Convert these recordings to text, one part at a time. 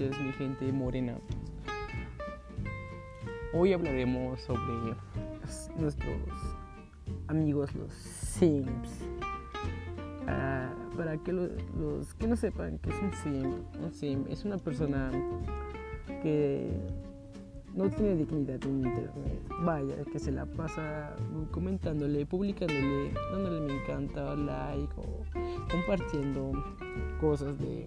noches, mi gente morena. Hoy hablaremos sobre nuestros amigos los Sims. Para que los que no sepan qué es un Sim es una persona que no tiene dignidad en internet. Vaya, que se la pasa comentándole, publicándole, dándole me encanta, like o compartiendo cosas de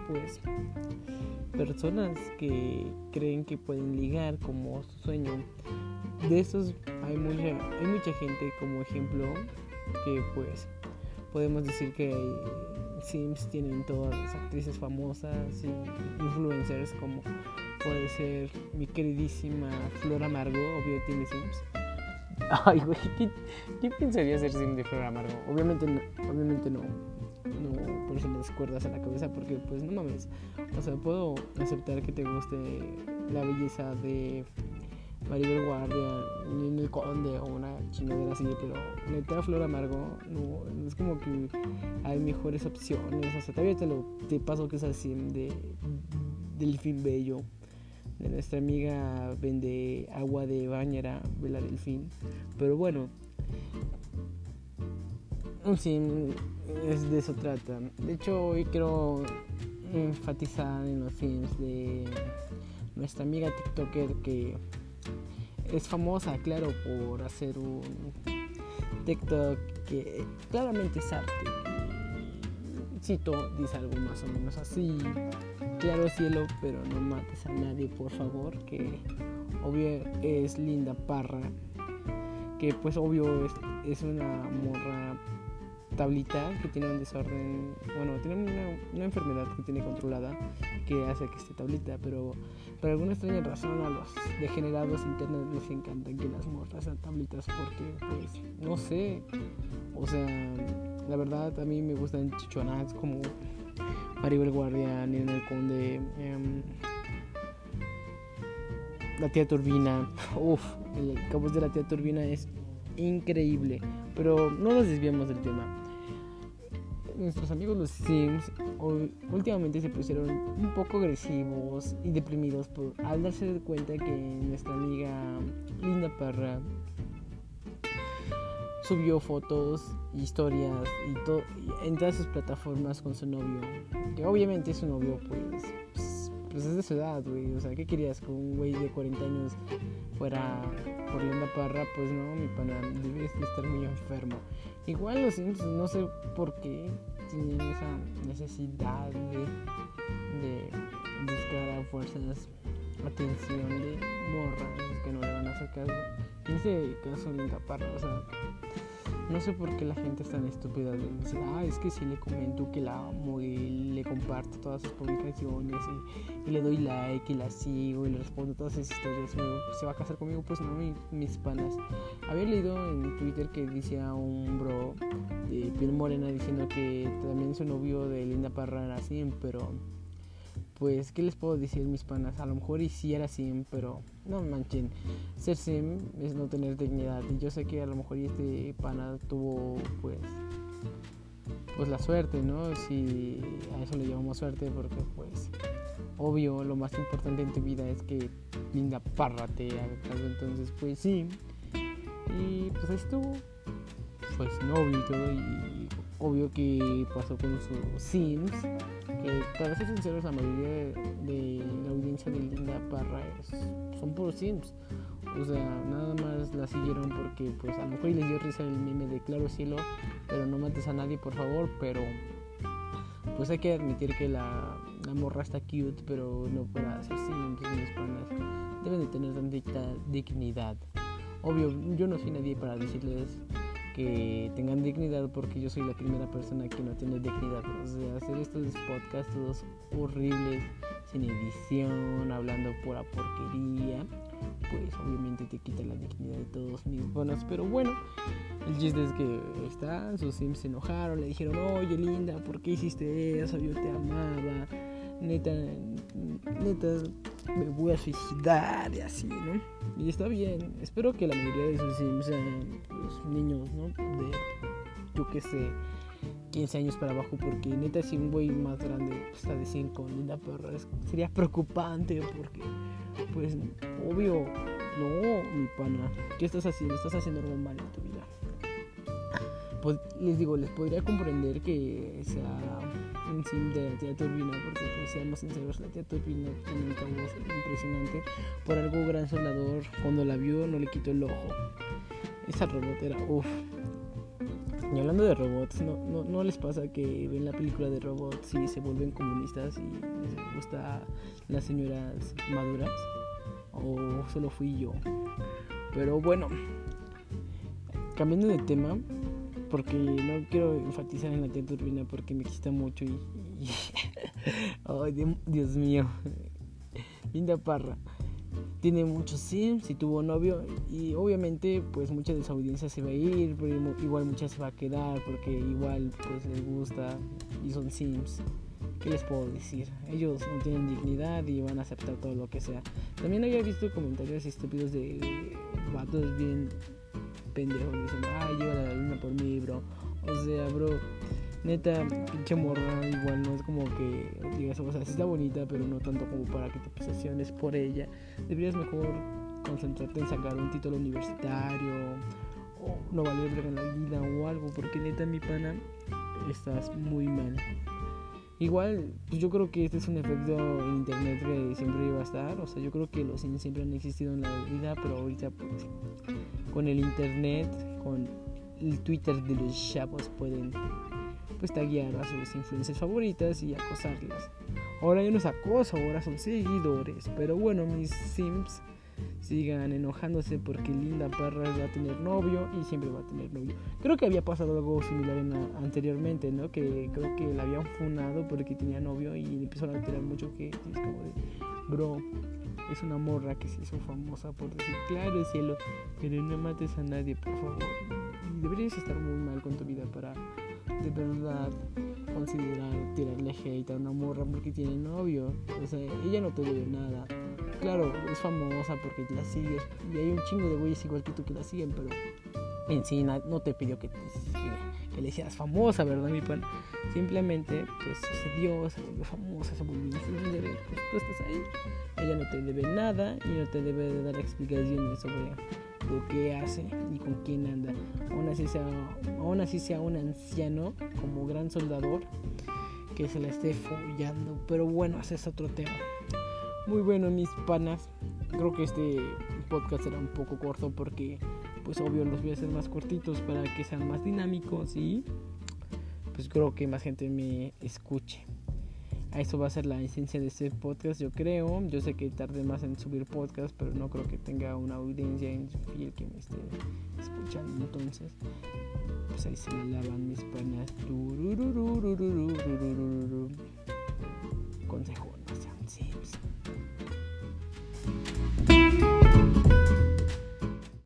personas que creen que pueden ligar como su sueño. De estos hay mucha gente, como ejemplo, que podemos decir que Sims tienen todas las actrices famosas y influencers, como puede ser mi queridísima Flor Amargo, obvio tiene Sims. Ay, güey, ¿qué pensaría ser Sim de Flor Amargo? Obviamente no por eso me descuerdas a la cabeza, porque pues no mames. O sea, puedo aceptar que te guste la belleza de Maribel Guardia, el Conde o una chingadera así, pero neta Flor Amargo no es como que hay mejores opciones. O sea, todavía te paso que es así de Delfín Bello, de nuestra amiga vende agua de bañera, Vela Delfín. Pero bueno, sí, de eso trata. De hecho, hoy quiero enfatizar en los Sims de nuestra amiga TikToker, que es famosa, claro, por hacer un TikTok que claramente es arte. Cito, dice algo más o menos así: claro cielo, pero no mates a nadie, por favor. Que obvio es Linda Parra, que pues obvio es una morra tablita que tiene un desorden, tiene una enfermedad que tiene controlada, que hace que esté tablita, pero por alguna extraña razón a los degenerados internet les encantan que las morras sean tablitas, porque no sé, o sea, la verdad a mí me gustan chichonas como Maribel Guardia, Ninel Conde, la tía Turbina. El cabos de la tía Turbina es increíble, pero no nos desviamos del tema. Nuestros amigos los Sims últimamente se pusieron un poco agresivos y deprimidos al darse cuenta que nuestra amiga Linda Parra subió fotos, historias y en todas sus plataformas con su novio, que obviamente su novio pues es de su edad, güey. O sea, ¿qué querías? Que un güey de 40 años fuera por Linda Parra? Pues no, mi pana, debes de estar muy enfermo. Igual los Sims, no sé por qué tienen esa necesidad de buscar a fuerzas atención de morras que no le van a hacer caso. En este caso Linda Parra, o sea, no sé por qué la gente es tan estúpida de decir, es que si le comento que la amo y le comparto todas sus publicaciones y le doy like y la sigo y le respondo todas esas historias, se va a casar conmigo. Pues no, mis panas. Había leído en Twitter que decía un bro de piel morena diciendo que también su novio de Linda Parra era así, pero pues, ¿qué les puedo decir, mis panas? A lo mejor y sí era Sim, pero no manchen. Ser Sim es no tener dignidad. Y yo sé que a lo mejor este pana tuvo, pues la suerte, ¿no? Si a eso le llamamos suerte, porque, pues, obvio, lo más importante en tu vida es que Linda Parra te haga caso. Entonces, pues sí. Y pues ahí estuvo. Fue su novio y todo. Y obvio que pasó con sus Sims, que para ser sinceros la mayoría de la audiencia de Linda Parra son puros Sims. O sea, nada más la siguieron porque pues a lo mejor les dio risa el meme de claro cielo, pero no mates a nadie, por favor. Pero pues hay que admitir que la morra está cute, pero no para hacer Sims. Mis panas deben de tener tanta dignidad. Obvio, yo no soy nadie para decirles que tengan dignidad, porque yo soy la primera persona que no tiene dignidad. O sea, hacer estos podcasts todos horribles, sin edición, hablando pura porquería, pues obviamente te quita la dignidad de todos mis bonos. Pero bueno, el chiste es que sus Sims se enojaron, le dijeron, oye Linda, ¿por qué hiciste eso? Yo te amaba, neta me voy a suicidar y así, ¿no? Y está bien. Espero que la mayoría de sus Sims sean niños, ¿no? De, yo qué sé, 15 años para abajo, porque neta si un güey más grande está de 100 con Linda Perra sería preocupante, porque pues obvio, no, mi pana, ¿qué estás haciendo? Estás haciendo algo mal en tu vida. Pues les digo, les podría comprender que sea un sim de la tía Turbina, porque pues seamos sinceros, la tía Turbina tiene un voz impresionante. Por algo Gran Soldador, cuando la vio, no le quitó el ojo. Esa robot era uff. Y hablando de robots, ¿no les pasa que ven la película de robots y se vuelven comunistas y les gusta las señoras maduras? ¿O solo fui yo? Pero bueno, cambiando de tema, porque no quiero enfatizar en la tía Turbina porque me excita mucho y ay, Dios mío. Linda Parra tiene muchos sims y tuvo novio, y obviamente pues mucha de su audiencia se va a ir, pero igual mucha se va a quedar porque igual pues les gusta y son sims. ¿Qué les puedo decir? Ellos no tienen dignidad y van a aceptar todo lo que sea. También había visto comentarios estúpidos de vatos bien pendejos diciendo, ay, lleva la luna por mí, bro. O sea, bro, neta, pinche morra, igual no es como que digas, o sea, sí está bonita, pero no tanto como para que te obsesiones por ella. Deberías mejor concentrarte en sacar un título universitario o no valer verga en la vida o algo, porque neta, mi pana, estás muy mal. Igual, pues yo creo que este es un efecto en internet que siempre iba a estar. O sea, yo creo que los sims siempre han existido en la vida, pero ahorita pues con el internet, con el Twitter de los chavos pueden pues taguear a sus influencias favoritas y acosarlas. Ahora ya no es acoso, ahora son seguidores. Pero bueno, mis sims sigan enojándose porque Linda Parra va a tener novio y siempre va a tener novio. Creo que había pasado algo similar anteriormente, ¿no? Que creo que la habían funado porque tenía novio y le empezaron a tirar mucho que es como de, bro, es una morra que se hizo famosa por decir, claro cielo, pero no mates a nadie, por favor. Y deberías estar muy mal con tu vida para de verdad considerar tirarle hate a una morra porque tiene novio. O sea, ella no te debe nada. Claro, es famosa porque la sigues y hay un chingo de güeyes igual que tú que la siguen, pero en sí no te pidió que le hicieras famosa, ¿verdad, mi pan? Simplemente pues sucedió, se volvió famosa, se volvió influencer, pues tú estás ahí. Ella no te debe nada y no te debe de dar explicaciones sobre lo que hace y con quién anda. Aún así sea un anciano como Gran Soldador que se la esté follando. Pero bueno, ese es otro tema. Muy bueno, mis panas. Creo que este podcast será un poco corto porque pues obvio los voy a hacer más cortitos para que sean más dinámicos y pues creo que más gente me escuche. A eso va a ser la esencia de este podcast, yo creo. Yo sé que tardé más en subir podcast, pero no creo que tenga una audiencia fiel que me esté escuchando. Entonces, pues ahí se me lavan mis panas.